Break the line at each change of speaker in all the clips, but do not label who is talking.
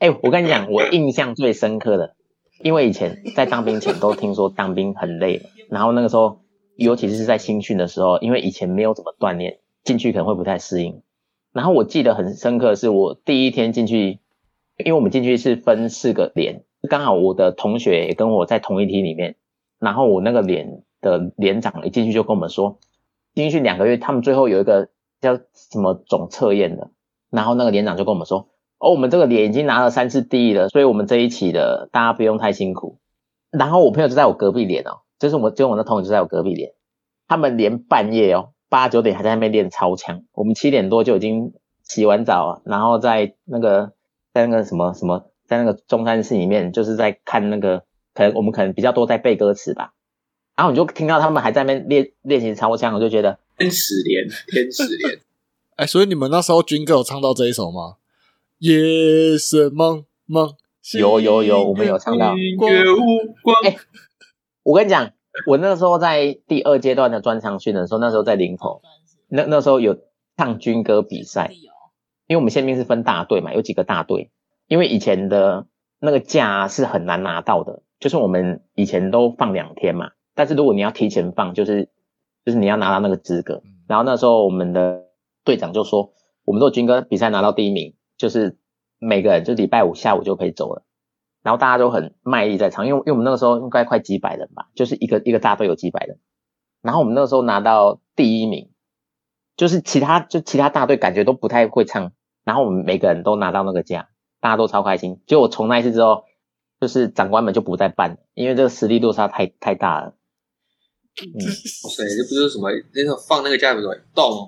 我跟你讲，我印象最深刻的，因为以前在当兵前都听说当兵很累，然后那个时候，尤其是在新训的时候，因为以前没有怎么锻炼，进去可能会不太适应。然后我记得很深刻的是，我第一天进去，因为我们进去是分4个连，刚好我的同学也跟我在同一梯里面，然后我那个连的连长一进去就跟我们说，进去2个月，他们最后有一个叫什么总测验的，然后那个连长就跟我们说，我们这个连已经拿了3次第一了，所以我们这一期的大家不用太辛苦。然后我朋友就在我隔壁连就是我那同学就在我隔壁连，他们连半夜8、9点还在那边练超强，我们7点多就已经洗完澡然后在那个什么在那个中山室里面，就是在看那个，我们可能比较多在背歌词吧，然后你就听到他们还在那边练习超强，我就觉得
天使连
所以你们那时候军歌有唱到这一首吗？夜色茫茫，
有，我们有唱到
月无光。
我跟你讲，我那时候在第2阶段的专长训的时候，那时候在林口，那时候有唱军歌比赛，因为我们宪兵是分大队嘛，有几个大队，因为以前的那个假是很难拿到的，就是我们以前都放2天嘛，但是如果你要提前放，就是你要拿到那个资格。然后那时候我们的队长就说，我们如果军歌比赛拿到第1名，就是每个人就礼拜5下午就可以走了。然后大家都很卖力在唱，因为我们那个时候应该快几百人吧，就是一个大队有几百人。然后我们那个时候拿到第1名，就是其他大队感觉都不太会唱，然后我们每个人都拿到那个奖，大家都超开心。结果从那一次之后，就是长官们就不再办了，因为这个实力落差太大了。
哇塞，这不是什么那种放那个叫什么洞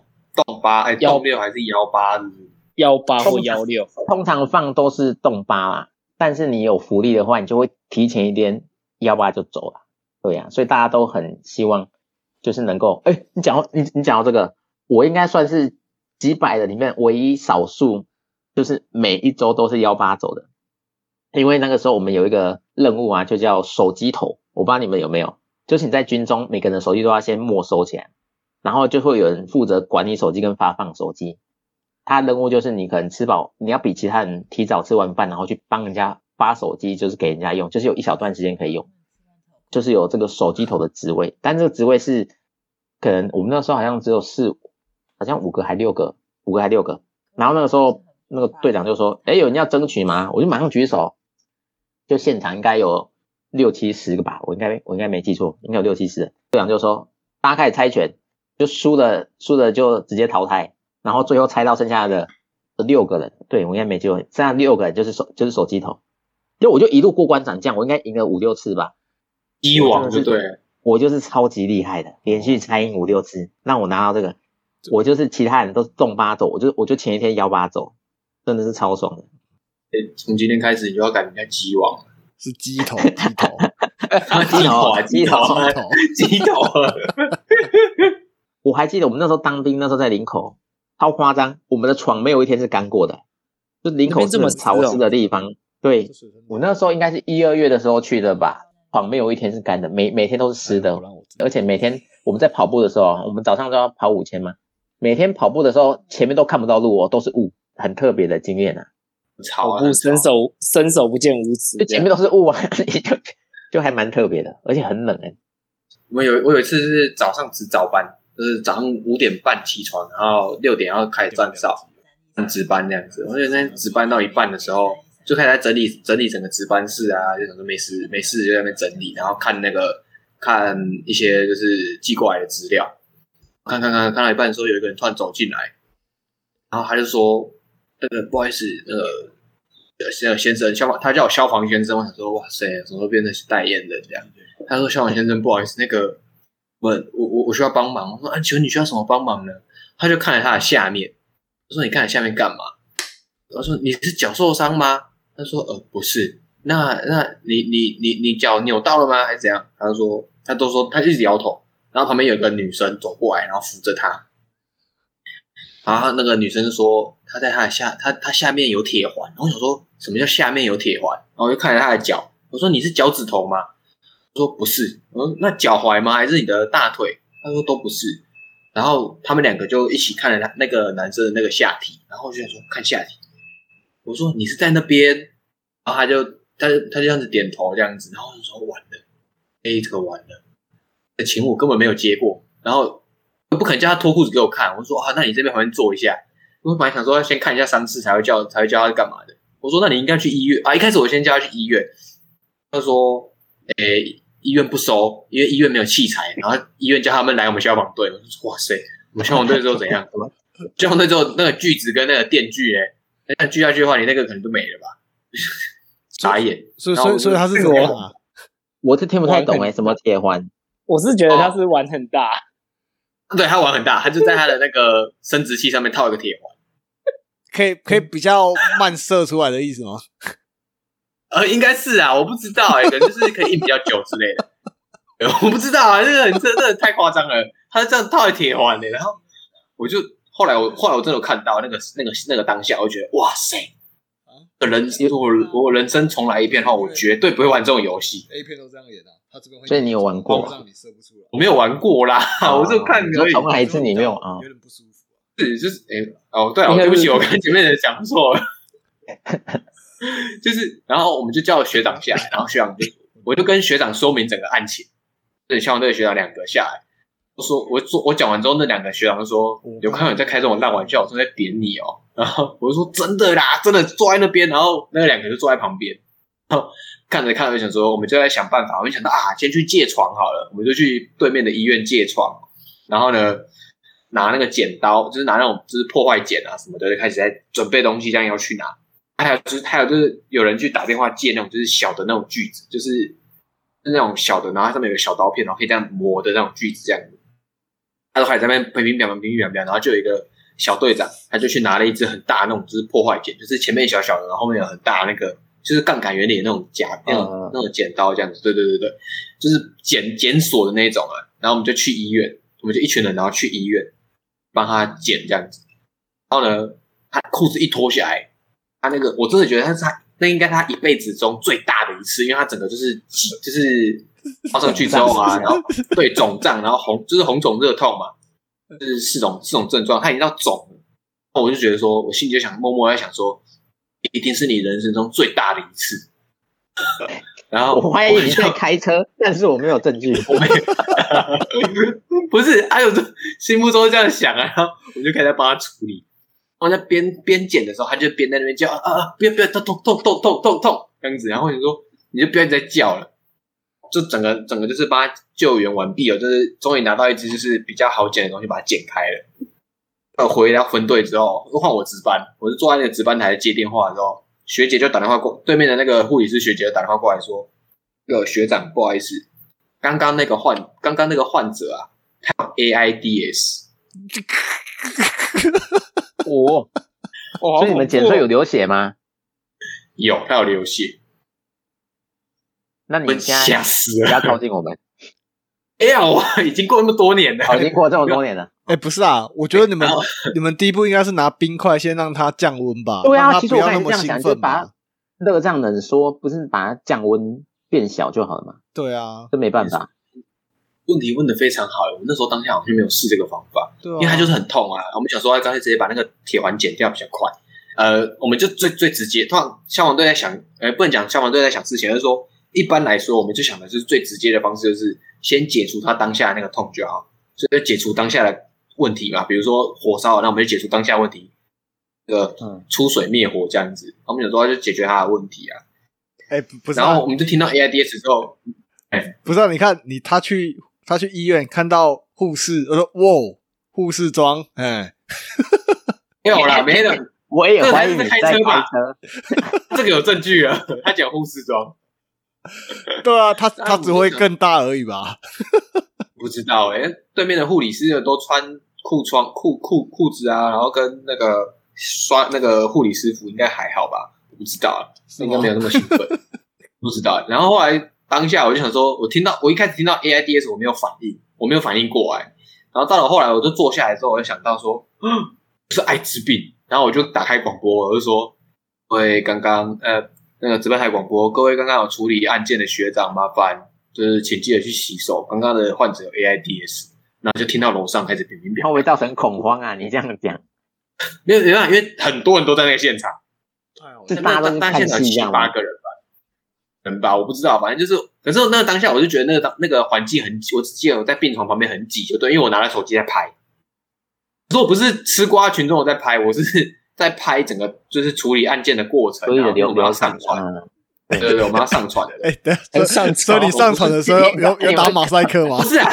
8，洞6还是18，是不是
？18或16，
通常放都是洞8啦。但是你有福利的话，你就会提前一天18就走了，对呀，所以大家都很希望就是能够，你讲到这个，我应该算是几百的里面唯一少数，就是每一周都是18走的，因为那个时候我们有一个任务就叫手机头，我不知道你们有没有，就是你在军中每个人的手机都要先没收起来，然后就会有人负责管理手机跟发放手机。他的任务就是你可能吃饱，你要比其他人提早吃完饭，然后去帮人家发手机，就是给人家用，就是有一小段时间可以用，就是有这个手机头的职位。但这个职位是可能我们那时候好像只有好像5个还6个，然后那个时候那个队长就说，有人要争取吗？我就马上举手，就现场应该有6、7、10个吧，我应该没记错，应该有6、7、10人。队长就说大家开始猜拳，就输了就直接淘汰。然后最后猜到剩下的6个人，对，我应该没记错，剩下6个人就是手机头，我就一路过关斩将，我应该赢了5、6次吧，
鸡王就对了，
我就是超级厉害的，连续猜赢5、6次，让我拿到这个，我就是其他人都是洞8走，我就前一天18走，真的是超爽的。
从今天开始你就要改名叫鸡王，
是鸡头
鸡头
我还记得我们那时候当兵，那时候在林口，超夸张，我们的床没有一天是干过的，就林口是很潮湿的地方。对，我那时候应该是1、2月的时候去的吧，床没有一天是干的，每天都是湿的，而且每天我们在跑步的时候，我们早上都要跑5000嘛，每天跑步的时候前面都看不到路都是雾，很特别的经验
跑步伸手不见五指，
就前面都是雾就还蛮特别的，而且很冷
我有一次是早上值早班，就是早上5点半起床，然后6点要开始站哨值班这样子。我觉得那值班到一半的时候，就开始在整理整个值班室啊，就想说没事就在那边整理，然后看一些就是寄过来的资料，看到一半的时候，有一个人突然走进来，然后他就说：“不好意思，先生，他叫我消防先生。”我想说，哇塞，怎么变成代言人这样？他说：“消防先生，不好意思，我需要帮忙。”我说：“请问你需要什么帮忙呢？”他就看了他的下面，我说：“你看了下面干嘛？”我说：“你是脚受伤吗？”他说：“不是。”那你脚扭到了吗？还是怎样？他都说他一直摇头，然后旁边有一个女生走过来，然后扶着他。然后那个女生说，她在她下面有铁环。然后我想说，什么叫下面有铁环？然后我就看了她的脚，我说：“你是脚趾头吗？”他说：“不是。”我说：“那脚踝吗？还是你的大腿？”他说：“都不是。”然后他们两个就一起看了那个男生的那个下体，然后我就想说看下体。我说：“你是在那边然后他就这样子点头这样子，然后我就说完了，这个完了，请我根本没有接过，然后不可能叫他脱裤子给我看，我说那你这边旁边坐一下，我本来想说要先看一下3次才会叫他干嘛的，我说那你应该去医院啊，一开始我先叫他去医院，他说医院不收，因为医院没有器材，然后医院叫他们来我们消防队，我就说哇塞，我们消防队之后怎样？消防队之后那个锯子跟那个电锯那锯下去的话，你那个可能就没了吧？傻眼。
所以他是怎么样啊？
我是听不太懂什么铁环？
我是觉得他是玩很大，
对他玩很大，他就在他的那个生殖器上面套一个铁环，
可以比较慢射出来的意思吗？
应该是啊，我不知道可能就是可以印比较久之类的，我不知道啊，这个太夸张了，他这样套铁环然后我就后来我真的有看到那个当下，我就觉得哇塞，我人生重来一遍的话，我绝对不会玩这种游戏。
A 片都这样演他这边会，
所以你有玩过？
让你射不出来。
我没有玩过啦，我就看而已。
重来一次你没有啊？
有点不舒服。
是就是对啊，对不起，我跟前面的人讲错了。就是，然后我们就叫学长下来，然后学长我就跟学长说明整个案情，对，消防队的学长2个下来，我讲完之后，那2个学长就说，有看到你在开这种烂玩笑，我正在点你哦。然后我就说真的啦，真的坐在那边，然后那2个就坐在旁边，然后看着就想说，我们就在想办法，我们想到先去借床好了，我们就去对面的医院借床，然后呢，拿那个剪刀，就是拿那种就是破坏剪啊什么的，就开始在准备东西，这样要去拿。还有就是有人去打电话借那种就是小的那种锯子，就是那种小的，然后上面有个小刀片，然后可以这样磨的那种锯子这样子。他就开始在那边乒乒乓，然后就有一个小队长，他就去拿了一支很大的那种就是破坏剪，就是前面小小的，然后后面有很大的那个就是杠杆原理的那种那种剪刀这样子。对，就是剪锁的那种啊。然后我们就去医院，我们就一群人，然后去医院帮他剪这样子。然后呢，他裤子一脱下来。他那个，我真的觉得那应该他一辈子中最大的一次，因为他整个就是放上去之后啊，然后对肿胀，然后红肿热痛嘛，就是四种症状，他已经到肿了。然后我就觉得说，我心里就想默默在想说，一定是你人生中最大的一次。然后
我怀疑你在开车，但是我没有证据。
我没有，不是，还有心目中这样想啊，然后我就开始帮他处理。然后在边剪的时候，他就边在那边叫不要痛这样子，然后你说你就不要再叫了，就整个就是帮他救援完毕了，就是终于拿到一只就是比较好剪的东西，把它剪开了。回到分队之后，换我值班，我是坐在那个值班台接电话的时候，学姐就打电话过，对面的那个护理师学姐就打电话过来说，学长不好意思，刚刚那个患者啊，他有 AIDS。
所以你们检测有流血吗？
有，他有流血。
那你现在
吓死了，
不要靠近我们。
我已经过那么多年了，
已经过这么多年了。
不是啊，我觉得你们第一步应该是拿冰块先让它降温吧。
对啊，
其实我刚才这样想，
就把热胀冷缩，不是把它降温变小就好了嘛？
对啊，
这没办法。
问题问得非常好，我那时候当下好像没有试这个方法，因为它就是很痛啊。我们想说，干脆直接把那个铁环剪掉比较快。我们就最直接，通常消防队在想，不能讲消防队在想事情，而是说一般来说，我们就想的就是最直接的方式，就是先解除他当下的那个痛就好，所以就解除当下的问题嘛。比如说火烧，那我们就解除当下问题，出水灭火这样子。我们有时候就解决他的问题啊。
不是，
然后我们就听到 AIDS 之后，
不是你看他去医院看到护士，我说哇，护士装，
没有啦，没人。
我也怀疑你在开车，
这个有证据了。他讲护士装，
对啊，他只会更大而已吧？
不知道对面的护理师都穿裤子啊，然后跟那个刷那个护理师服应该还好吧？我不知道，应该没有那么兴奋，不知道。然后后来当下我就想说，我一开始听到 AIDS 我没有反应过来，然后到了后来我就坐下来之后，我就想到说，是艾滋病。然后我就打开广播，我就说：“各位刚刚那个值班台广播，各位刚刚有处理案件的学长，麻烦就是请记得去洗手。刚刚的患者有 AIDS。”然后就听到楼上开始乒乒乓乓，
会不会造成恐慌啊？你这样讲，
没有，因为很多人都在那个现场，
就大家都是看戏这样吗？
7-8个人吧，我不知道，反正就是，可是那个当下我就觉得那个环境很挤，我只记得我在病床旁边很挤，就对，因为我拿着手机在拍。可是我不是吃瓜群众我在拍，我是在拍整个就是处理案件的过程，
所以的
然后我们要上传。对，我们要上传的。
对，所以你上传的时候有打马赛克吗？
不是啊，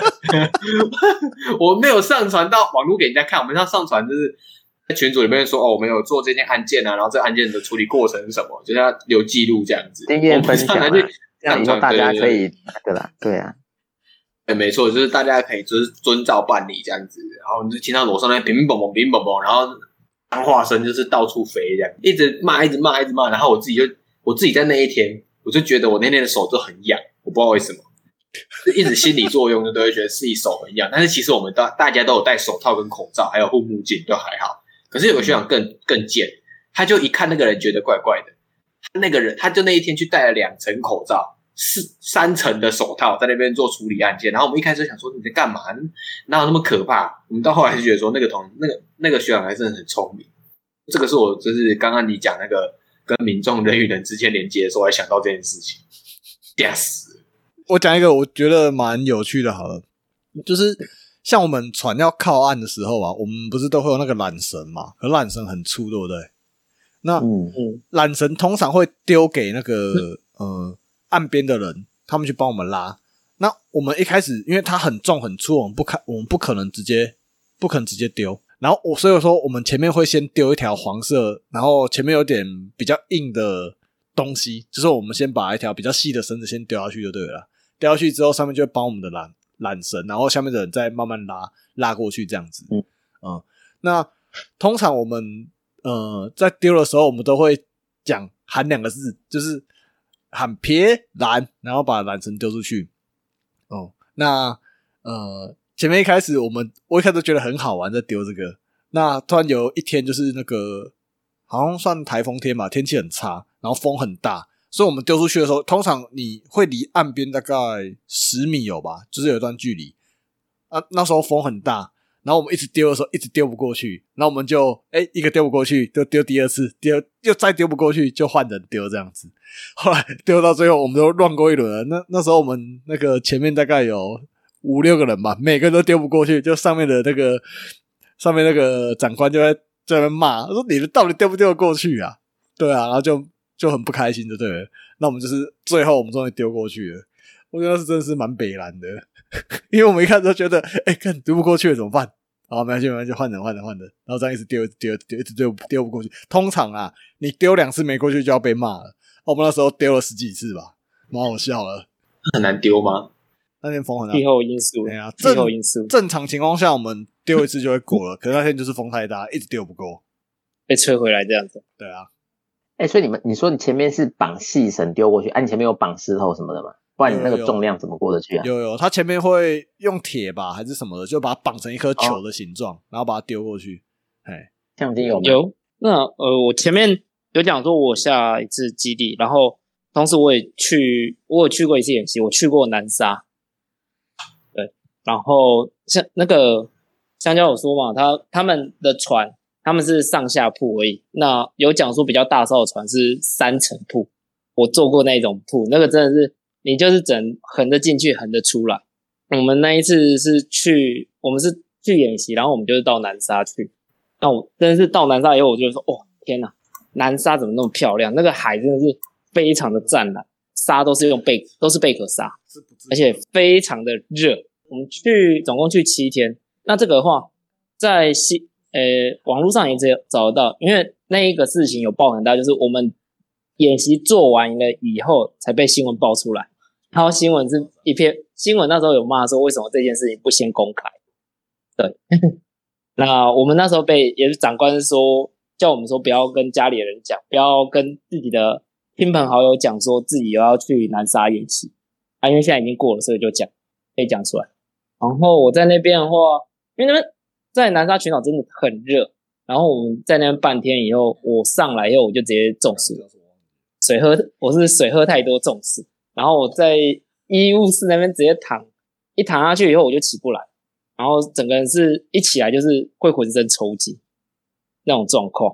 我没有上传到网络给人家看，我们要上传就是在群组里面说，我们有做这件案件啊，然后这案件的处理过程是什么，就是要留记录这样子，
经验分享啊，这样以后大家可以对啦，对啊。
没错，就是大家可以就是遵照办理这样子，然后你就听到楼上那乒乒乓乓、乒乒乓乓，然后脏话声就是到处飞这样，一直骂，然后我自己在那一天，我就觉得我那天的手就很痒，我不知道为什么，就一直心理作用就都会觉得自己手很痒，但是其实我们大家都有戴手套跟口罩，还有护目镜，都还好。可是有个学长更贱，他就一看那个人觉得怪怪的，那个人他就那一天去戴了2层口罩。3层的手套在那边做处理案件，然后我们一开始想说你在干嘛？哪有那么可怕？我们到后来就觉得说那个学长还真的很聪明。这个是我就是刚刚你讲那个跟民众人与人之间连接的时候，还想到这件事情，吓死！
我讲一个我觉得蛮有趣的，好了，就是像我们船要靠岸的时候啊，我们不是都会有那个缆绳嘛？可缆绳很粗，对不对？那缆绳通常会丢给那个岸边的人，他们去帮我们拉。那我们一开始因为它很重很粗，我们不可能直接丢。然后所以说我们前面会先丢一条黄色，然后前面有点比较硬的东西，就是我们先把一条比较细的绳子先丢下去就对了。丢下去之后，上面就会帮我们的缆绳，然后下面的人再慢慢拉过去这样子。那通常我们在丢的时候，我们都会喊2个字，就是喊撇缆，然后把缆绳丢出去。那前面一开始我一开始觉得很好玩，在丢这个。那突然有一天就是那个好像算台风天吧，天气很差，然后风很大，所以我们丢出去的时候，通常你会离岸边大概10米有吧，就是有一段距离。那时候风很大，然后我们一直丢的时候一直丢不过去，然后我们就一个丢不过去就丢第2次，又再丢不过去就换人丢这样子。后来丢到最后我们都乱过一轮了，那时候我们那个前面大概有5-6个人吧，每个人都丢不过去，就上面那个长官就在那边骂，说你到底丢不丢得过去啊？对啊，然后就很不开心就对了。那我们就是最后我们终于丢过去了，我觉得那是真的是蛮北蓝的，因为我们一看都觉得看丢不过去了怎么办？好，没关系，换人，然后这样一直丢，一直丢不过去。通常啊，你丢2次没过去就要被骂了。我们那时候丢了10几次吧，蛮好笑了。
很难丢吗？
那天风很大，
气候因素，气候因素。
正常情况下，我们丢1次就会过了，可是那天就是风太大，一直丢不过，
被吹回来这样子。
对啊。
所以你说你前面是绑细绳丢过去，你前面有绑石头什么的吗？不然你那个重量怎么过得去啊？
有，他前面会用铁吧还是什么的，就把它绑成一颗球的形状，然后把它丢过去。
相机有吗？
有。那我前面有讲说我下一次基地，然后同时我有去过一次演习，我去过南沙。对，然后像那个香蕉有说嘛，他们的船他们是上下铺而已，那有讲说比较大艘的船是3层铺，我坐过那种铺，那个真的是你就是只能横着进去横着出来。我们那一次我们是去演习，然后我们就是到南沙去。那我真的是到南沙以后，我就说天哪，南沙怎么那么漂亮？那个海真的是非常的湛蓝，沙都是贝壳沙，而且非常的热。我们总共去7天，那这个的话在网络上也找得到，因为那一个事情有爆很大，就是我们演习做完了以后才被新闻爆出来，然后新闻那时候有骂说为什么这件事情不先公开。对那我们那时候也是长官说叫我们说不要跟家里的人讲，不要跟自己的亲朋好友讲说自己要去南沙演习因为现在已经过了，所以就可以讲出来。然后我在那边的话，因为那边在南沙群岛真的很热，然后我们在那边半天以后，我上来以后我就直接中暑，我是水喝太多中暑，然后我在医务室那边直接一躺下去以后我就起不来，然后整个人是一起来就是会浑身抽筋那种状况。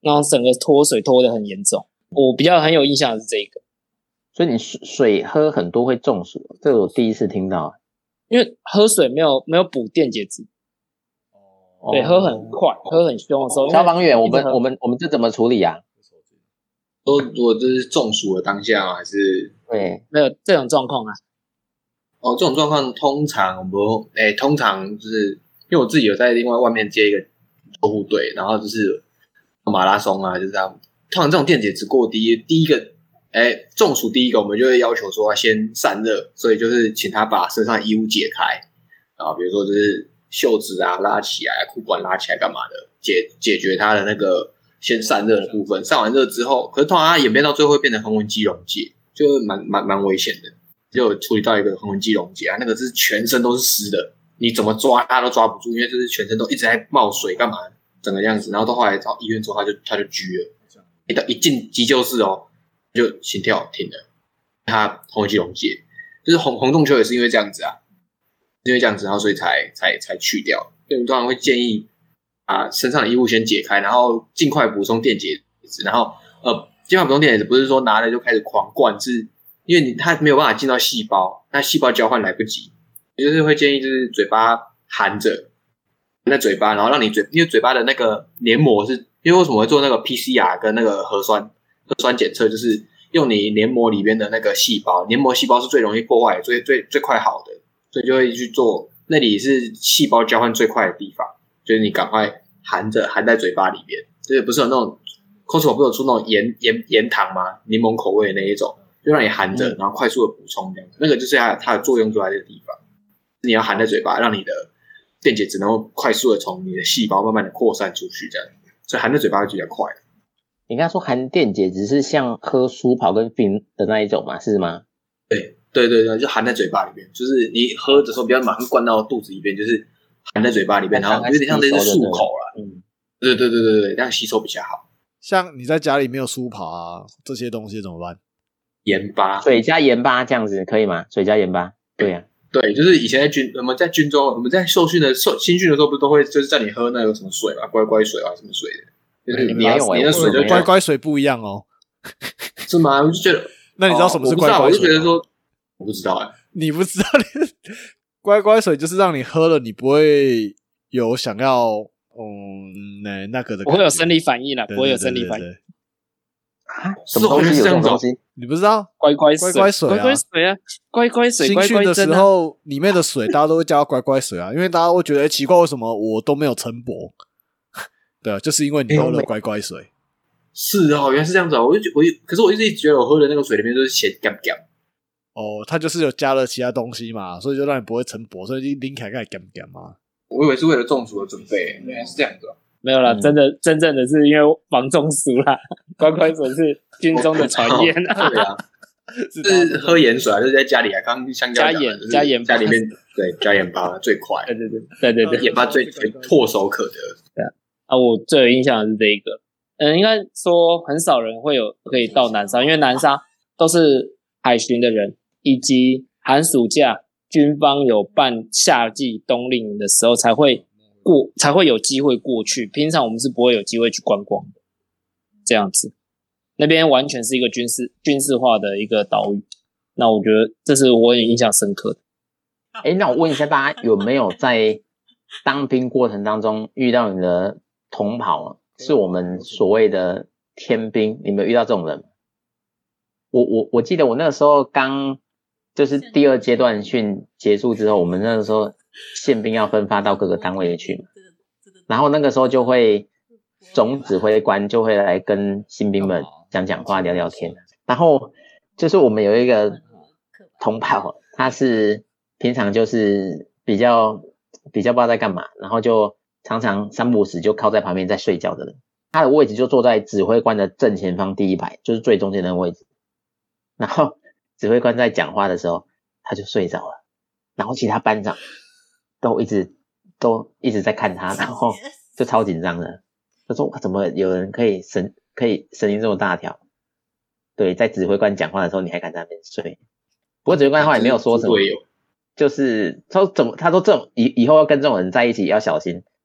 然后整个脱水脱得很严重。我比较很有印象的是这个。
所以你水喝很多会中暑，这个我第一次听到。
因为喝水没有补电解质。对，喝很快，喝很凶的时候。
消防员，我们这怎么处理啊？
我这是中暑的当下吗？还是
对，
没有这种状况啊？
哦，这种状况通常通常就是因为我自己有在另外面接一个救护队，然后就是马拉松啊，就是这样。通常这种电解质过低，第一个中暑第一个我们就会要求说要先散热，所以就是请他把身上衣物解开，然后比如说就是袖子啊拉起来，裤管拉起来干嘛的，解决他的那个先散热的部分。散完热之后，可是通常它演变到最后会变成横纹肌溶解，就蛮危险的。就处理到一个横纹肌溶解啊，那个是全身都是湿的，你怎么抓它都抓不住，因为就是全身都一直在冒水干嘛，整个样子。然后到后来到医院之后，他就居了，一进急救室哦，就心跳停了，他横纹肌溶解，就是红洞球也是因为这样子啊，因为这样子，然后所以才去掉。所以我们通常会建议把身上的衣物先解开，然后尽快补充电解质，然后尽快补充电解质不是说拿了就开始狂灌，是因为它没有办法进到细胞，那细胞交换来不及，也就是会建议就是嘴巴含着，含在嘴巴，然后让你因为嘴巴的那个黏膜是，因为为什么会做那个 PCR 跟那个核酸检测，就是用你黏膜里面的那个细胞，黏膜细胞是最容易破坏、最快好的，所以就会去做，那里是细胞交换最快的地方，就是你赶快含在嘴巴里面，就是不是有那种 Costco 不是有出那种盐糖吗？柠檬口味的那一种。就让你含着，然后快速的补充这样子，那个就是它的作用就在这个地方。你要含在嘴巴，让你的电解质能够快速的从你的细胞慢慢的扩散出去，这样，所以含在嘴巴会比较快。
你刚才说含电解质是像喝舒跑跟冰的那一种吗？是吗？
对，就含在嘴巴里面，就是你喝的时候不要马上灌到肚子里边，就是含在嘴巴里面，然后有点像那个漱口啦。对，这样吸收比较好。
像你在家里没有舒跑啊，这些东西怎么办？
盐巴，
水加盐巴这样子可以吗？水加盐巴，对呀，
对，就是以前我们在军中，我们在新训的时候，不是都会就是叫你喝那个什么水嘛，乖乖水啊，什么水的，就是你的水就
乖乖水不一样哦，
是吗？我就觉得，
那你知道什么是乖乖水？
我就觉得说，我不知道
你不知道，乖乖水就是让你喝了，你不会有想要那个的，
不会有生理反应啦，不会有生理反应。
啊，什么东西有这种东西？
你不知道？
乖乖
水啊，
乖乖水。
新训的时候，里面的水大家都会叫乖乖水啊，因为大家会觉得奇怪，为什么我都没有晨勃？对啊，就是因为你喝了乖乖水。
是哦，原来是这样子啊！可是我一直觉得我喝的那个水里面都是咸咸咸。
哦，它就是有加了其他东西嘛，所以就让你不会晨勃，所以拎起来干咸咸嘛。
我以为是为了中暑的准备，原来是这样子啊。
没有啦，真正的是因为防中暑啦。乖乖水是军中的传言啊。
对啊，是喝盐水啊，就是在家里啊，刚香蕉
加盐，
家里面对加盐巴最快。
对，
盐巴最唾手可得。
对啊，我最有印象的是这一个。应该说很少人可以到南沙，因为南沙都是海巡的人，以及寒暑假军方有办夏季冬令营的时候才会有机会过去，平常我们是不会有机会去观光的。这样子，那边完全是一个军事化的一个岛屿。那我觉得这是我很印象深刻的。
那我问一下大家，有没有在当兵过程当中遇到你的同袍是我们所谓的天兵？你们有遇到这种人吗？我记得我那个时候刚就是第二阶段训结束之后，我们那个时候宪兵要分发到各个单位去嘛，然后那个时候就会总指挥官就会来跟新兵们讲话聊聊天，然后就是我们有一个同袍，他是平常就是比较不知道在干嘛，然后就常常三不五时就靠在旁边在睡觉的人，他的位置就坐在指挥官的正前方第一排，就是最中间的位置，然后指挥官在讲话的时候他就睡着了，然后其他班长都一直在看他，然后就超紧张的，就说怎么有人可以神经这么大条？对，在指挥官讲话的时候你还敢在那边睡？不过指挥官后来没有说什么，就是他说这种以后要跟这种人在一起要小心，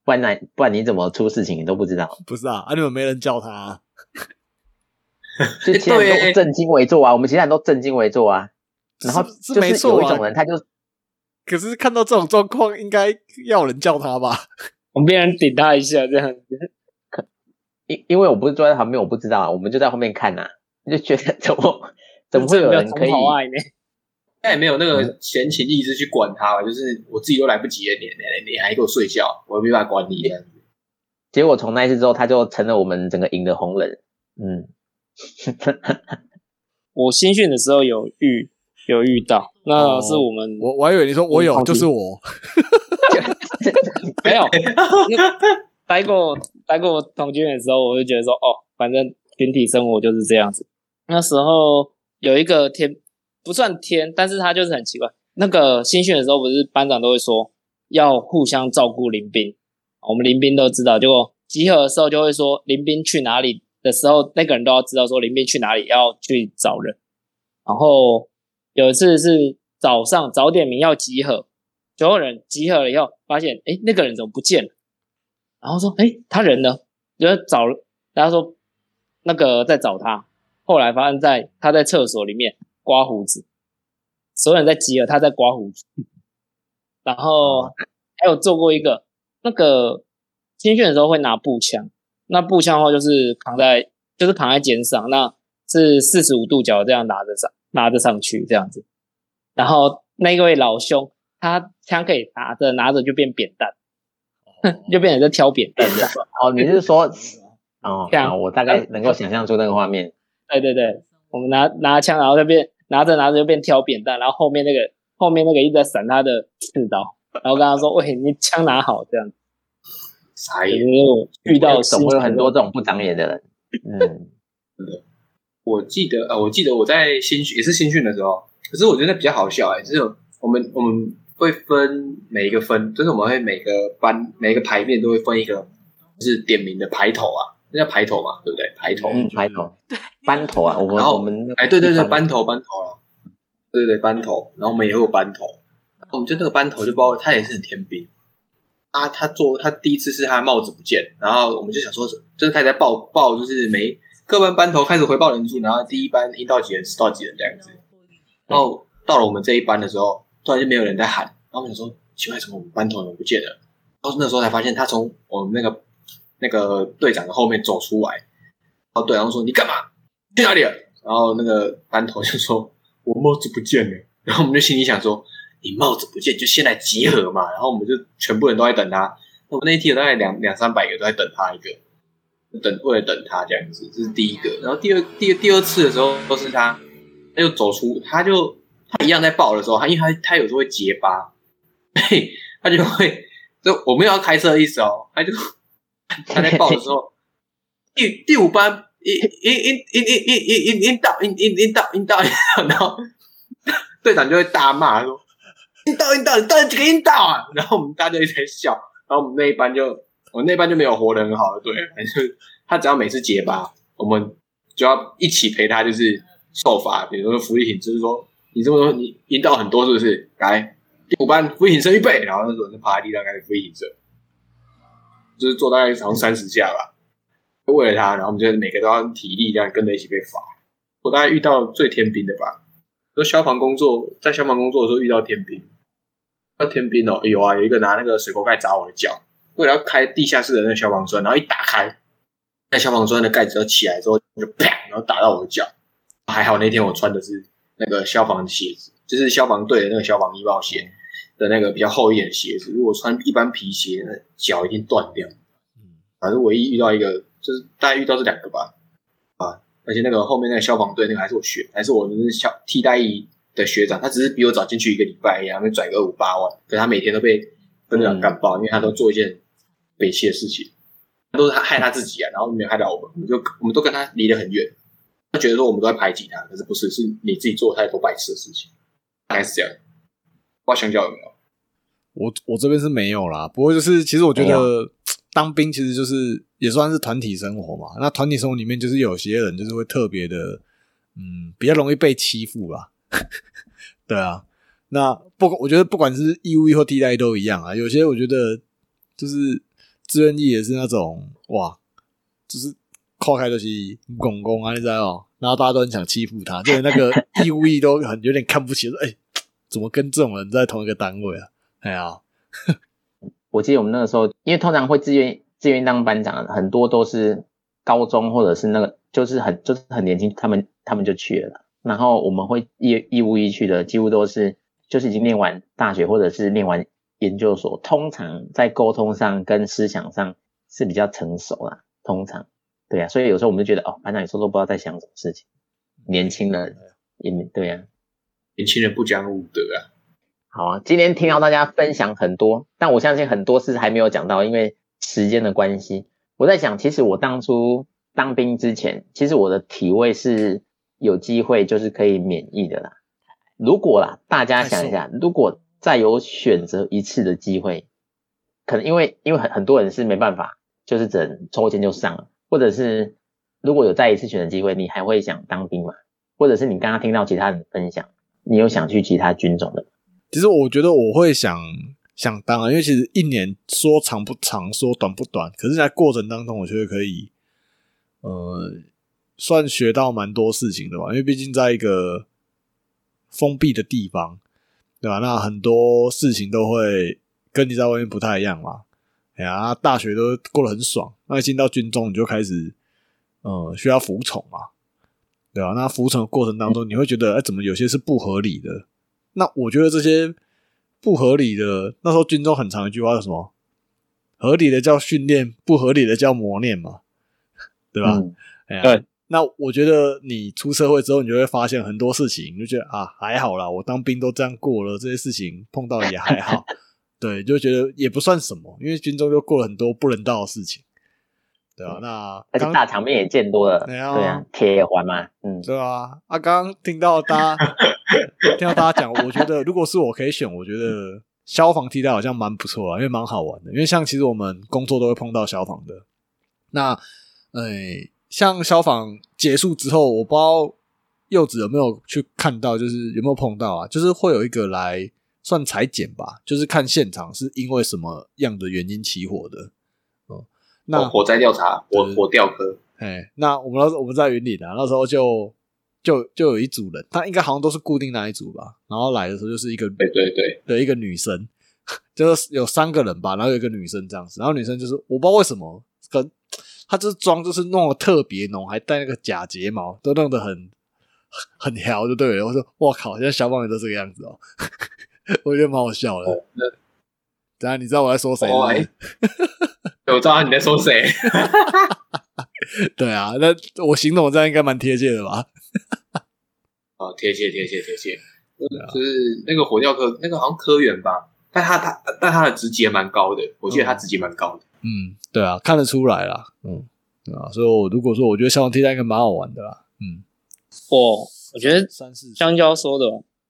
不然你怎么出事情你都不知道？
不是啊，你们没人叫他啊。
就其他人都正襟危坐啊，我们其他人都正襟危坐啊。然后就是有一种人，他就
可是看到这种状况，应该要有人叫他吧？
我们别人顶他一下这样子。
因为我不是坐在旁边，我不知道啊，我们就在后面看啊，就觉得怎么会有人可以？
他也没有那个闲情逸致去管他吧，就是我自己都来不及了，你还给我睡觉，我没办法管你这样子。
结果从那一次之后，他就成了我们整个营的红人。
我新训的时候有遇到，那是我们
我还以为你说我有，就是我
没有待过童军的时候，我就觉得说反正群体生活就是这样子。那时候有一个不算天，但是他就是很奇怪。那个新训的时候，不是班长都会说要互相照顾邻兵，我们邻兵都知道。结果集合的时候就会说邻兵去哪里的时候，那个人都要知道说邻兵去哪里要去找人。然后有一次是早上早点名要集合，所有人集合了以后，发现那个人怎么不见了？然后说他人呢？就找大家说那个在找他，后来发现他在厕所里面刮胡子，所有人在集合，他在刮胡子。然后还有做过一个那个新训的时候会拿步枪，那步枪的话就是扛在肩上，那是45度角这样拿着上去这样子。然后那位老兄他枪可以拿着就变扁担，就变成在挑扁担这样。
你是说我大概能够想象出那个画面。
对，我们拿枪，然后就变拿着就变挑扁担，然后后面那个一直在闪他的刺刀，然后跟他说：“喂，你枪拿好。”这样子。
傻眼，
遇到总会有很多这种不长眼的人。
我记得我在也是新训的时候，可是我觉得比较好笑就是我们会分每一个就是我们会每个班每个排面都会分一个，就是点名的排头啊，那叫排头嘛，对不对？排头，
排头，班头啊，我们
对，班头啊，对班头，然后我们也会有班头，我们就那个班头就包括他也是很天兵。他第一次是他的帽子不见，然后我们就想说，就是开始在报，就是各班头开始回报人数，然后第一班1到几人10到几人这样子。然后到了我们这一班的时候，突然就没有人在喊，然后我们想说奇怪，怎么我们班头怎么不见了？然后那时候才发现他从我们那个队长的后面走出来，然后队长说你干嘛？去哪里了？然后那个班头就说我帽子不见了，然后我们就心里想说你帽子不见就先来集合嘛，然后我们就全部人都在等他。我们那一梯有大概200-300个都在等他一个，为了等他这样子，这是第一个。然后第二次的时候都是他就走出，他一样在报的时候，因为他有时候会结巴，他就会我没有要开车的意思哦，他在报的时候，第5班应到，然后队长就会大骂说应到，你到底几个应到啊？然后我们大家就一直在笑，然后我那一班就没有活得很好的，对，就是他只要每次结巴，我们就要一起陪他，就是受罚，比如说福利挺，就是说你这么说你引导很多是不是？来第5班福利挺身预备，然后那时候就趴在地上开始福利挺身，就是做大概好像30下吧，为了他，然后我们就每个都要体力这样跟着一起被罚。我大概遇到最天兵的吧，在消防工作的时候遇到天兵。天兵有一个拿那个水沟盖砸我的脚，为了要开地下室的那个消防栓，然后一打开，那消防栓的盖子要起来之后就啪，然后打到我的脚。还好那天我穿的是那个消防的鞋子，就是消防队的那个消防衣帽鞋的那个比较厚一点的鞋子，如果穿一般皮鞋，那脚一定断掉。反正唯一遇到一个，就是大概遇到这2个吧，而且那个后面那个消防队那个还是我替代役的学长，他只是比我早进去1个礼拜，他们转个28万，可是他每天都被分长干爆，因为他都做一件北七的事情，都是他害他自己啊，然后没有害到我们，我们都跟他离得很远，他觉得说我们都在排挤他，可是不是，是你自己做太多白痴的事情，大概是这样。不知道相较有没有？
我这边是没有啦，不过就是其实我觉得当兵其实就是也算是团体生活嘛，那团体生活里面就是有些人就是会特别的比较容易被欺负啦。对啊，那我觉得不管是义务役或替代役都一样啊。有些我觉得就是志愿役也是那种哇，就是跨开就是公公啊，你知道吗？然后大家都很想欺负他，就是那个义务役都有点看不起，说怎么跟这种人在同一个单位啊？哎呀，
我记得我们那个时候，因为通常会自愿当班长，很多都是高中或者是那个就是很年轻，他们就去了。然后我们会义务役去的，几乎都是就是已经念完大学或者是念完研究所，通常在沟通上跟思想上是比较成熟啦，通常对啊，所以有时候我们就觉得班长有时候都不知道在想什么事情，年轻人也对啊，
年轻人不讲武德啊。
好啊，今天听到大家分享很多，但我相信很多事还没有讲到，因为时间的关系。我在想，其实我当初当兵之前，其实我的体位是有机会就是可以免役的啦。如果啦，大家想一下，如果再有选择一次的机会，可能因为很多人是没办法，就是只能抽签就上了，或者是如果有再一次选择机会，你还会想当兵吗？或者是你刚刚听到其他人分享，你有想去其他军种的吗？
其实我觉得我会想当啊，因为其实一年说长不长，说短不短，可是在过程当中，我觉得可以，算学到蛮多事情的吧。因为毕竟在一个封闭的地方，对吧？那很多事情都会跟你在外面不太一样嘛。哎呀，大学都过得很爽，那进到军中你就开始，需要服从嘛，对吧？那服从的过程当中，你会觉得，怎么有些是不合理的？那我觉得这些不合理的，那时候军中很长一句话叫什么？合理的叫训练，不合理的叫磨练嘛，对吧？
对。
那我觉得你出社会之后，你就会发现很多事情，你就觉得还好啦，我当兵都这样过了，这些事情碰到也还好，对，就觉得也不算什么，因为军中就过了很多不人道的事情，对吧？那
而且大场面也见多了，
对
啊，铁环嘛，
对啊。刚刚听到大家讲，我觉得如果是我可以选，我觉得消防替代好像蛮不错啦，因为蛮好玩的。因为像其实我们工作都会碰到消防的，那像消防结束之后，我不知道柚子有没有去看到，就是有没有碰到啊？就是会有一个来算裁剪吧，就是看现场是因为什么样的原因起火的。那
火灾调查，火调科。
那我们在云林啊，那时候就有一组人，他应该好像都是固定那一组吧。然后来的时候就是一个对一个女生，就是有3个人吧，然后有一个女生这样子。然后女生就是我不知道为什么，她就是妆就是弄得特别浓，还戴那个假睫毛，都弄得很撩就对了。我说哇靠，现在消防员都这个样子哦，我觉得蛮好笑的。等一下你知道我在说谁吗？
我知道你在说谁。
对啊，那我形容这样应该蛮贴切的吧？
贴切。就是那个火调科，那个好像科员吧，但他的职级蛮高的，我记得他职级蛮高的。
对啊，看得出来啦。对啊，所以如果说我觉得消防替代应该蛮好玩的啦。
我觉得香蕉说的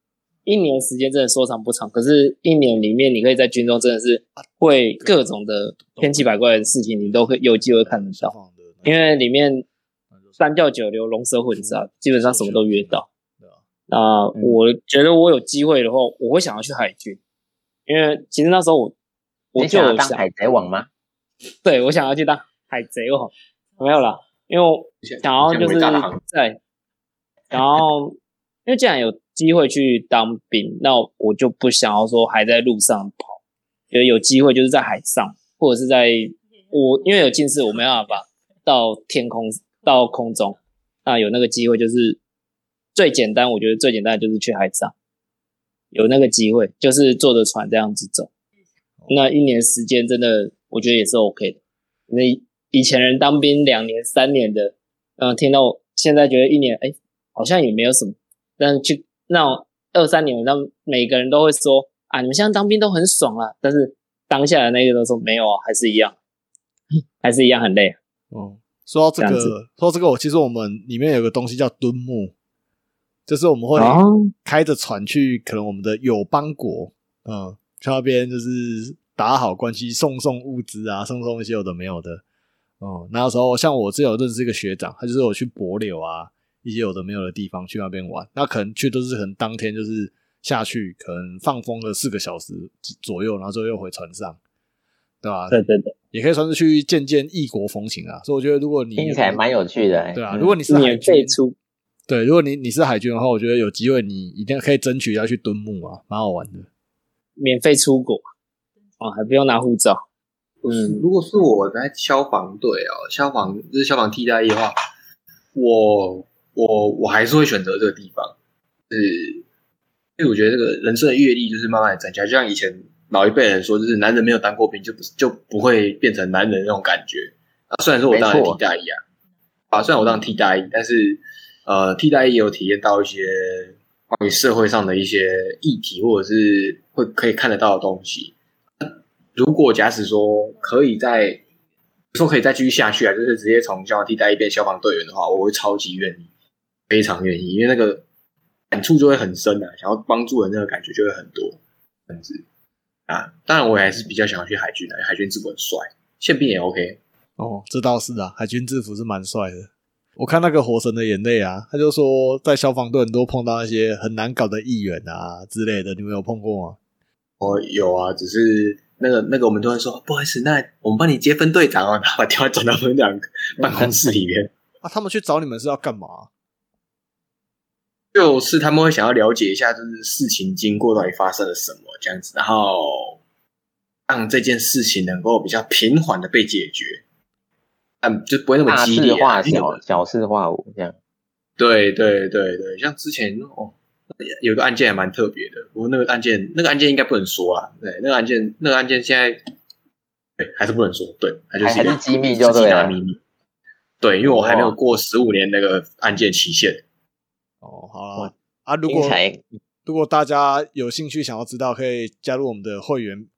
，1年时间真的说长不长，可是1年里面你可以在军中真的是会各种的千奇百怪的事情，你都会有机会看得到，因为里面三教九流、龙蛇混杂，基本上什么都约到。那我觉得我有机会的话，我会想要去海军，因为其实那时候我就有
想当海贼王吗？
对，我想要去当海贼王，没有啦，因为我想要就是然后因为既然有机会去当兵，那我就不想要说还在路上跑，觉得有机会就是在海上，或者是因为有近视，我没办法到空中，那有那个机会就是最简单，我觉得最简单的就是去海上，有那个机会就是坐着船这样子走，那1年时间真的我觉得也是 OK 的。那以前人当兵2年3年的，听到现在觉得1年好像也没有什么，但去那种2-3年，让每个人都会说你们现在当兵都很爽啦，但是当下的那个都说没有还是一样很累。
说到这个，其实我们里面有个东西叫敦睦，就是我们会开着船去，可能我们的友邦国，去那边就是打好关系，送物资啊，送一些有的没有的。那时候像我之前有认识一个学长，他就是有去帛琉啊，一些有的没有的地方去那边玩，那可能去都是可能当天就是下去，可能放风了4个小时左右，然后之后又回船上，对吧？
对。
也可以算是去见见异国风情啊。所以我觉得如果你
听起来蛮有趣的，
对啊，如果你是海军
免费出，
对，如果你是海军的话，我觉得有机会你一定可以争取要去敦睦啊，蛮好玩的。
免费出国还不用拿护照。
如果是我在消防队就是消防替代役的话，我还是会选择这个地方，因为我觉得这个人生的阅历就是慢慢的增加，就像以前老一辈人说，就是男人没有当过兵就不会变成男人那种感觉啊。虽然说我当然替代役虽然我当替代役，但是替代役有体验到一些关于社会上的一些议题，或者是可以看得到的东西。如果假使说可以再继续下去啊，就是直接从消防替代役变消防队员的话，我会超级愿意，非常愿意，因为那个感触就会很深啊，想要帮助的那个感觉就会很多，这样子啊。当然，我还是比较想要去海军的，海军制服很帅，宪兵也 OK。
哦，这倒是啊，海军制服是蛮帅的。我看那个《火神的眼泪》啊，他就说在消防队很多碰到那些很难搞的议员啊之类的，你们有碰过吗？
有啊，只是那个我们都会说不好意思，那我们帮你接分队长然后把电话转到分队长办公室里面。
他们去找你们是要干嘛？
就是他们会想要了解一下，就是事情经过到底发生了什么这样子，然后让这件事情能够比较平缓的被解决，就不会那么激烈，
大事化小，小事化无这样。对，
像之前有个案件还蛮特别的，不过那个案件应该不能说啦。对，那个案件现在还是不能说，对，它就是
还是机密就对了。
秘密。对，因为我还没有过15年那个案件期限。
好啦啊！如果大家有兴趣想要知道，可以加入我们的会员。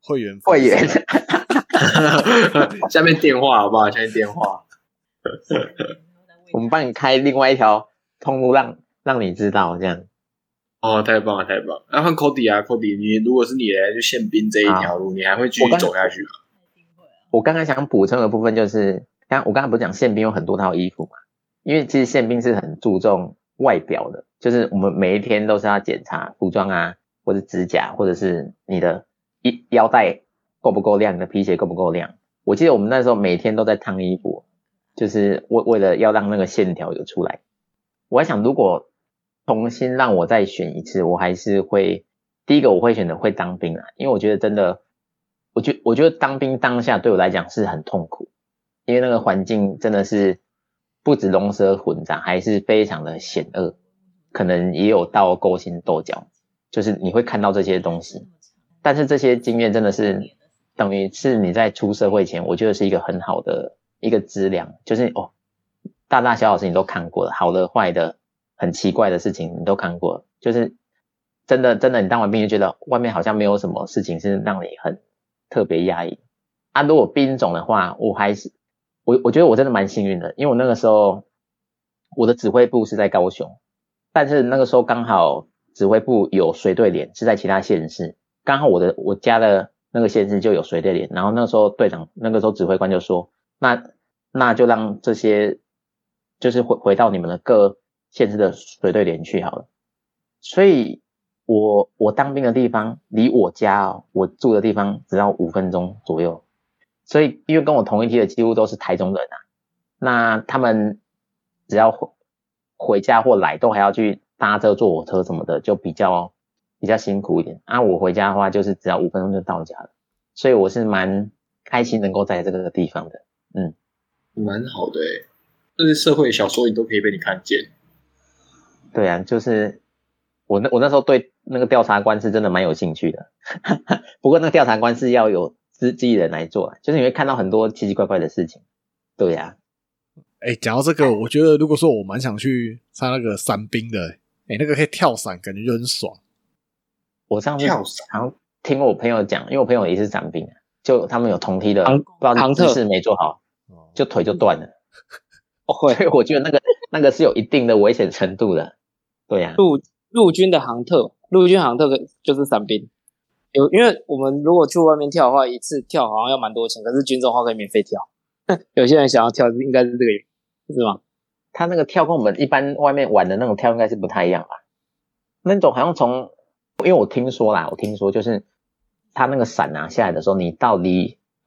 下面电话好不好？下面电话，
我们帮你开另外一条通路让你知道这样。
太棒了！那换 Cody 你如果是你来就宪兵这一条路，你还会继续走下去吗？
我刚才想补充的部分就是，我刚才不是讲宪兵有很多套衣服嘛？因为其实宪兵是很注重外表的，就是我们每一天都是要检查服装啊，或者指甲，或者是你的腰带够不够亮，你的皮鞋够不够亮。我记得我们那时候每天都在烫衣服，就是为了要让那个线条有出来。我还想，如果重新让我再选一次，我还是会第一个我会选择会当兵啦，因为我觉得真的，我觉得当兵当下对我来讲是很痛苦，因为那个环境真的是不止龙蛇混杂，还是非常的险恶，可能也有到勾心斗角，就是你会看到这些东西，但是这些经验真的是等于是你在出社会前，我觉得是一个很好的一个资粮，就是大大小小事情都看过了，好的坏的很奇怪的事情你都看过了，就是真的你当完兵就觉得外面好像没有什么事情是让你很特别压抑啊。如果兵种的话，我觉得我真的蛮幸运的，因为我那个时候我的指挥部是在高雄，但是那个时候刚好指挥部有随队连是在其他县市，刚好我家的那个县市就有随队连，然后那时候队长那个时候指挥官就说，那就让这些就是回到你们的各县市的随队连去好了。所以我当兵的地方离我家我住的地方只要5分钟左右，所以因为跟我同一梯的几乎都是台中人啊，那他们只要回家或来都还要去搭车坐火车什么的，就比较辛苦一点啊。我回家的话就是只要5分钟就到家了，所以我是蛮开心能够在这个地方的。
蛮好的就是社会小缩影都可以被你看见。
对啊，就是我那时候对那个调查官是真的蛮有兴趣的不过那个调查官是要有自己人来做，就是你会看到很多奇奇怪怪的事情。对啊，
讲到这个，我觉得如果说我蛮想去参那个伞兵的，那个可以跳伞，感觉就很爽。
我上次好像听我朋友讲，因为我朋友也是伞兵，就他们有同梯的，不知道姿势没做好，就腿就断了。所以我觉得那个是有一定的危险程度的。对啊，
陆军航特就是伞兵，因为我们如果去外面跳的话，一次跳好像要蛮多钱，可是军中的话可以免费跳。有些人想要跳，应该是这个原因，是吗？
他那个跳跟我们一般外面玩的那种跳应该是不太一样吧？那种好像因为我听说就是他那个伞拿下来的时候，你到离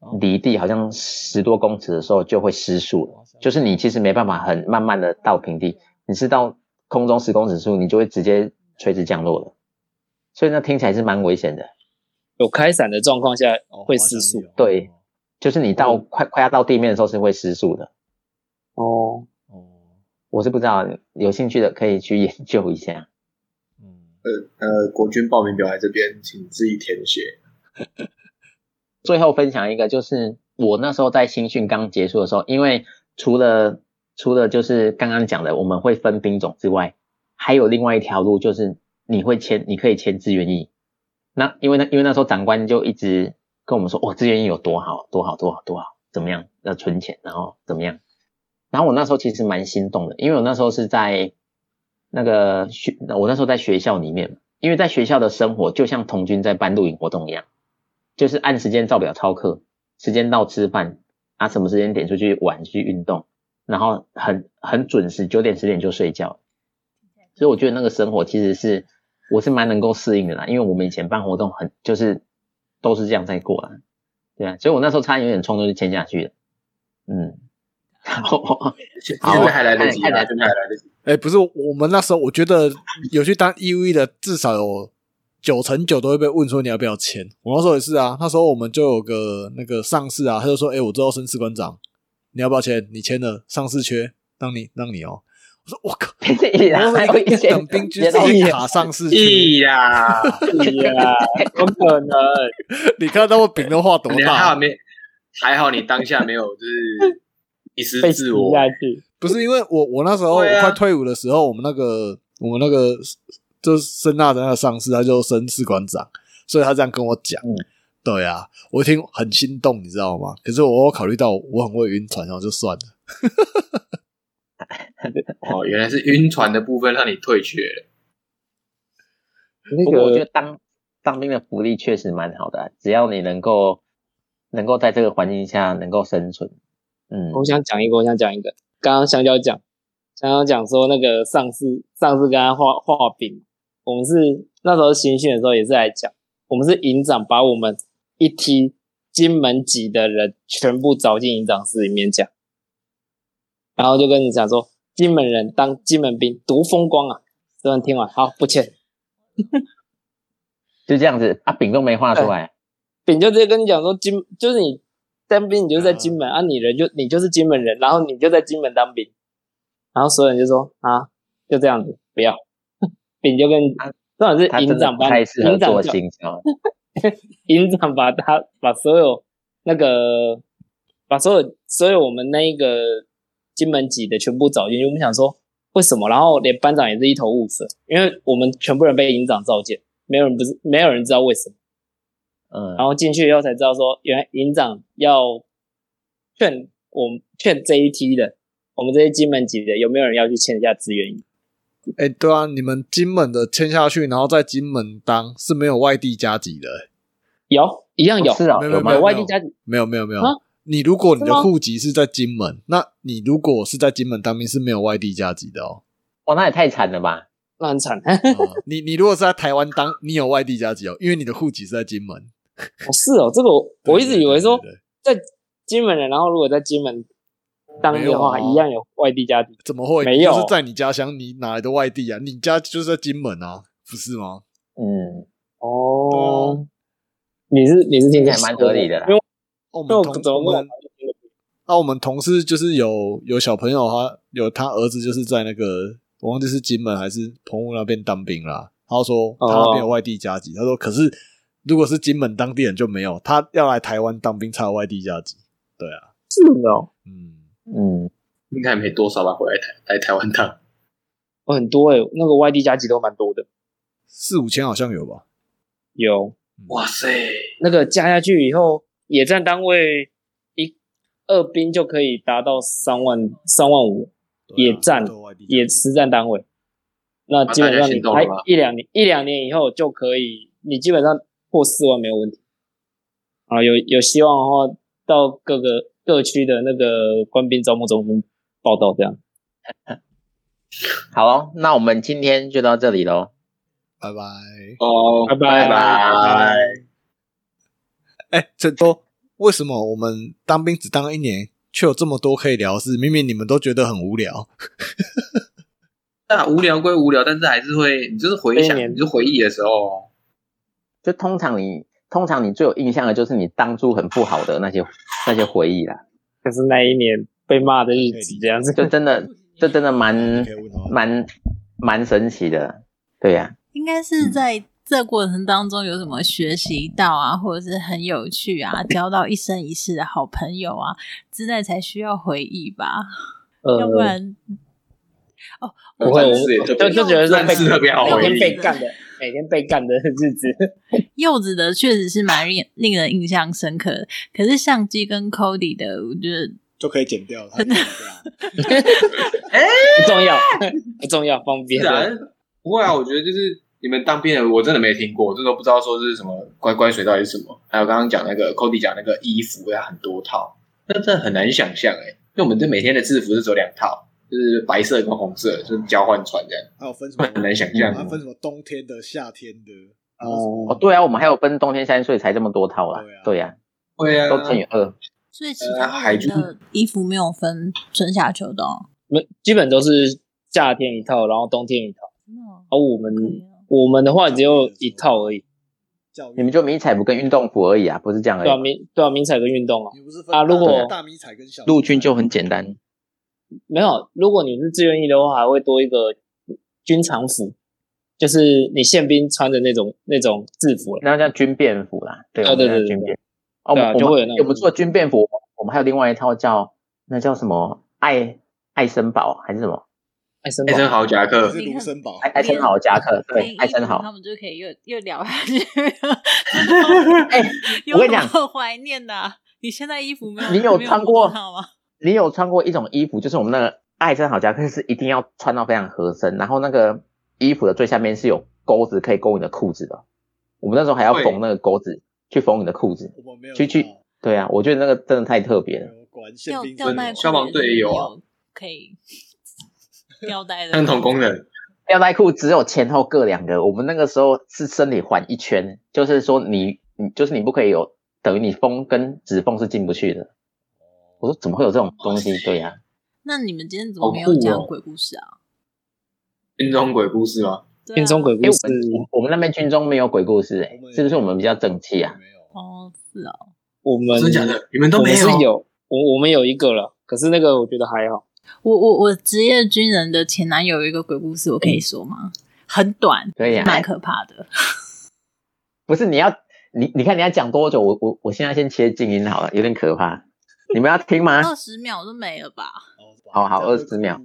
离地好像10多公尺的时候就会失速了，就是你其实没办法很慢慢的到平地，你是到空中10公尺处，你就会直接垂直降落了，所以那听起来是蛮危险的。
有开伞的状况下会失速，
对，就是你到快要到地面的时候是会失速的。我是不知道，有兴趣的可以去研究一下。
国军报名表在这边，请自己填写。
最后分享一个，就是我那时候在新训刚结束的时候，因为除了就是刚刚讲的我们会分兵种之外，还有另外一条路，就是你可以签志愿役。那因为那时候长官就一直跟我们说，志愿役有多好，怎么样，要存钱，然后怎么样。然后我那时候其实蛮心动的，因为我那时候是在我那时候在学校里面，因为在学校的生活就像童军在办露营活动一样，就是按时间照表操课，时间到吃饭，什么时间点出去玩去运动，然后很准时9点10点就睡觉。所以我觉得那个生活其实我是蛮能够适应的啦，因为我们以前办活动就是都是这样在过啦，对啊，所以我那时候差点有点冲动就签下去了。
现在还来得及，现在还来得及。
不是，我们那时候我觉得有去当义务役的，至少有9成9都会被问说你要不要签。我那时候也是啊，那时候我们就有个那个上士啊，他就说，我之后升士官长，你要不要签？你签了，上士缺，让你哦。我说我靠，我一等兵就直接卡上士缺。
呀，不可能！
你看他们饼都画多大？
还好你当下没有就是迷失自我。
不是因为我那时候快退伍的时候，我们那个就是升大的那个上士，他就升士官长，所以他这样跟我讲。对啊，我一听很心动，你知道吗？可是我考虑到我很会晕船，然后就算了。
原来是晕船的部分让你退却了。
不过我觉得当兵的福利确实蛮好的，只要你能够在这个环境下能够生存。
我想讲一个，刚刚香蕉讲说那个上司跟他画饼，我们是那时候新训的时候也是来讲，我们是营长把我们一梯金门籍的人全部找进营长室里面讲，然后就跟你讲说，金门人当金门兵多风光啊！这人听完好不签，
就这样子饼都没画出来，
饼就直接跟你讲说就是你当兵，你就是在金门你就是金门人，然后你就在金门当兵，然后所有人就说就这样子不要，饼就跟重点是营长把
太适合做行销，
营长把所有那个所有我们那一个金门籍的全部找进去，我们想说为什么，然后连班长也是一头雾水，因为我们全部人被营长召见，没有人知道为什么。然后进去以后才知道说，原来营长要劝这一梯的，我们这些金门籍的有没有人要去签一下志愿役？
对啊，你们金门的签下去，然后在金门当是没有外地加级的。
有，一样有，
是啊，
有外地加级，
没有。你如果你的户籍是在金门，那你如果是在金门当兵是没有外地加级的哦。
那也太惨了吧？
那很惨。
你如果是在台湾当，你有外地加级哦，因为你的户籍是在金门。
是哦，这个我一直以为说在金门人，然后如果在金门当兵的话，一样有外地加级。
怎么会？
没有，
就是在你家乡，你哪来的外地啊？你家就是在金门啊，不是吗？
你是听起来
蛮合理的啦。
我们同事就是有小朋友，他儿子就是在那个我忘记是金门还是澎湖那边当兵啦。他说他那边有外地加级，他说可是如果是金门当地人就没有，他要来台湾当兵才有外地加级。对啊，
是哦，
应该没多少吧，回来台湾当。
很多那个外地加级都蛮多的
，4-5千好像有吧？
有，
哇塞，
那个加下去以后，野战单位2兵就可以达到3万5，野实战单位，那基本上你拍一两年以后就可以，你基本上破4万没有问题。有希望的话，到各区的那个官兵招募中心报到这样。
好那我们今天就到这里咯，
拜拜。
拜拜。
这都为什么我们当兵只当1年，却有这么多可以聊的事？明明你们都觉得很无聊。
那无聊归无聊，但是还是会，你就是回想，你就回忆的时候，
就通常你最有印象的就是你当初很不好的那些回忆啦。
就是那一年被骂的日子，这样子，
就真的蛮神奇的，对呀。
应该是在这过程当中有什么学习到啊，或者是很有趣啊，交到一生一世的好朋友啊之类才需要回忆吧。要不然，
不会，就觉得是
特别好回忆，
每天被干的日子。
柚子的确实是蛮令人印象深刻的，可是相机跟 Cody 的，我觉得
就可以剪掉了。
不重要，方便。
不会啊，我觉得就是你们当兵的，我真的没听过，这都不知道说是什么乖乖水到底是什么。还有刚刚讲那个 Cody 讲那个衣服要很多套，那真的很难想象因为我们这每天的制服是只有2套。就是白色跟红色，就是交换穿这样。
还有分什么？
很难想象。
还分什么冬天的、夏天的。
对啊，我们还有分冬天、夏天，所以才这么多套啦。对啊，都乘以2。
所以其他人的衣服没有分春夏秋冬，
基本都是夏天一套，然后冬天一套。我们的话只有1套而已。
你们就迷彩服跟运动服而已啊，不是这样而已。
对啊，迷彩跟运动啊。如果
大迷彩跟小
陆军就很简单。
没有，如果你是志愿役的话，还会多一个军常服，就是你宪兵穿的那种制服，
那叫军便服啦。对，军便。
就会有那种。
我们除了军便服，我们还有另外一套叫什么爱森堡还是什么？
艾森豪夹克，
是卢森堡，
艾森豪夹克，对，艾森豪，
他们就可以又聊下去。
我跟你讲，
好怀念的。你现在衣服没有？
你有穿过
吗？
你有穿过一种衣服，就是我们那个艾森豪夹克是一定要穿到非常合身，然后那个衣服的最下面是有钩子可以勾你的裤子的。我们那时候还要缝那个钩子去缝你的裤子，对啊，我觉得那个真的太特别了。
吊带
消防队也有啊，
可以吊带的
相同功能。
吊带裤只有前后各2个，我们那个时候是身体环一圈，就是说你不可以有，等于你缝跟指缝是进不去的。我说怎么会有这种东西？对呀。
那你们今天怎么没有讲鬼故事啊？
军中鬼故事吗？
军中鬼故事，
我们那边军中没有鬼故事是不是我们比较正气啊？
是啊。
我们
真的假的？你们都没
有？我们有一个了，可是那个我觉得还好。
我职业军人的前男友有一个鬼故事，我可以说吗？很短，
可以啊，
蛮可怕的。
不是你看你要讲多久？我现在先切静音好了，有点可怕。你们要听吗
？20秒都没了吧？
好，20秒。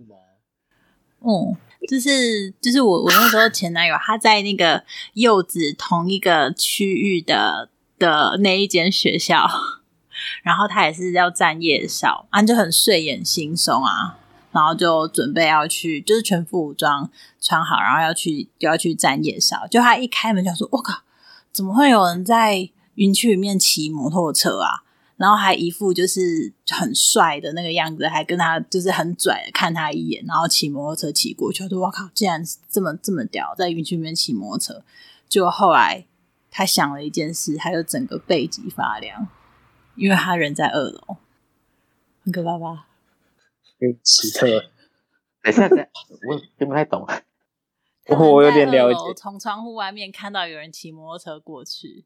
就是我那时候前男友，他在那个柚子同一个区域的那一间学校，然后他也是要站夜哨啊，就很睡眼惺忪啊，然后就准备要去，就是全副武装穿好，然后要去站夜哨。就他一开门就说：“我靠，怎么会有人在营区里面骑摩托车啊？”然后还一副就是很帅的那个样子，还跟他就是很拽的看他一眼，然后骑摩托车骑过去。我说：“哇靠，竟然这么屌，在营区里面骑摩托车。”结果后来他想了一件事，他就整个背脊发凉，因为他人在2楼，很可怕吧？
奇特。
等一下，我听不太懂。
我有点了解。
从窗户外面看到有人骑摩托车过去。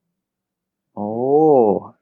哦。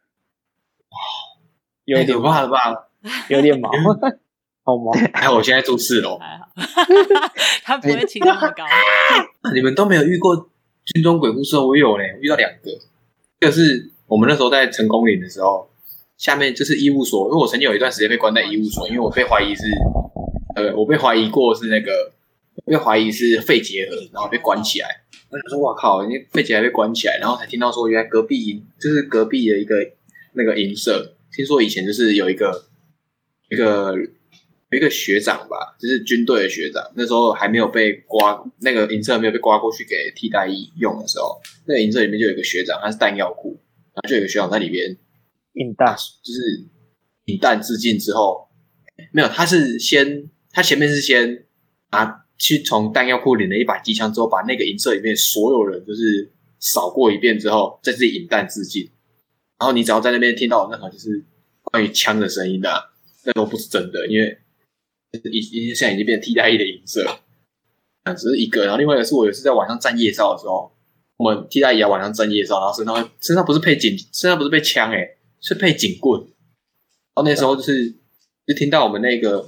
有点怕了吧？
有点毛，好毛。
还好我现在住4楼，
还好，他不会骑那么高。
你们都没有遇过军中鬼故事？我有遇到2个。一个是我们那时候在成功岭的时候，下面就是医务所，因为我曾经有一段时间被关在医务所，因为我被怀疑是，我被怀疑过是被怀疑是肺结核，然后被关起来。我想说，哇靠，因为肺结核被关起来，然后才听到说，原来隔壁的一个那个营舍，听说以前就是有一个学长吧，就是军队的学长，那时候还没有被刮，那个营舍没有被刮过去给替代役用的时候，那个营舍里面就有一个学长，他是弹药库，然后就有一个学长在里边
引弹，
就是引弹自尽之后，没有，他前面是先去从弹药库领了一把机枪之后，把那个营舍里面所有人就是扫过一遍之后，再自己引弹自尽。 然后你只要在那边听到任何就是关于枪的声音啊，那都不是真的，因为现在已经变替代役的音色，只是一个。然后另外一个是我有一次在晚上站夜哨的时候，我们替代役晚上站夜哨，然后身上不是配枪是配警棍。然后那时候就听到我们那个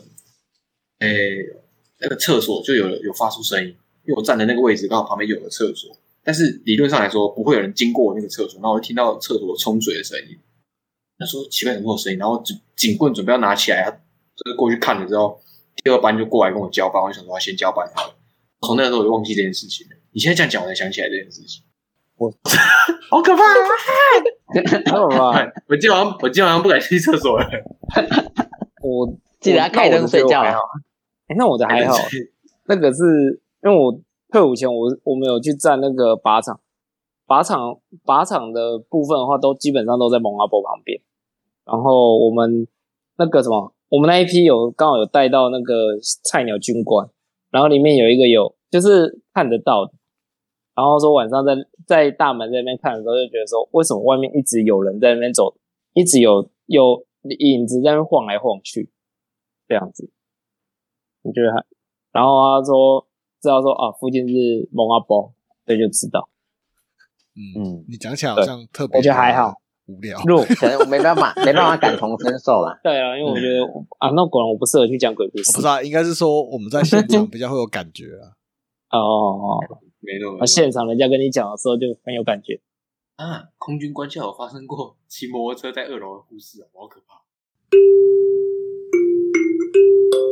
厕所就有发出声音，因为我站的那个位置刚好旁边有个厕所，但是理论上来说不会有人经过那个厕所，然后我就听到厕所冲水的声音。那时候奇怪怎么有声音，然后警棍准备要拿起来，就是过去看了之后，第二班就过来跟我交班，我就想说要先交班好了。从那个时候我就忘记这件事情了。你现在这样讲，我才想起来这件事情。好可怕！
好吧，
我今天晚上不敢去厕所了。
我
记得要开灯睡觉
啊。那我的还好，那个是因为我退伍前我们有去站那个靶场的部分的话，都基本上都在蒙阿波旁边。然后我们那个我们那一批刚好有带到那个菜鸟军官，然后里面有一个就是看得到的。然后说晚上在大门在那边看的时候，就觉得说为什么外面一直有人在那边走，一直有影子在那边晃来晃去，这样子。我觉得然后他说知道说附近是蒙阿波，所以就知道。
你讲起来好像特别，
我觉得还好，
无聊，
可能我没办法感同身受啦。
对啊，因为我觉得那果然我不适合去讲鬼故事。
不是啊，应该是说我们在现场比较会有感觉啊。
没错。
现场人家跟你讲的时候就很有感觉
啊！空军官校有发生过骑摩托车在2楼的故事啊，好可怕。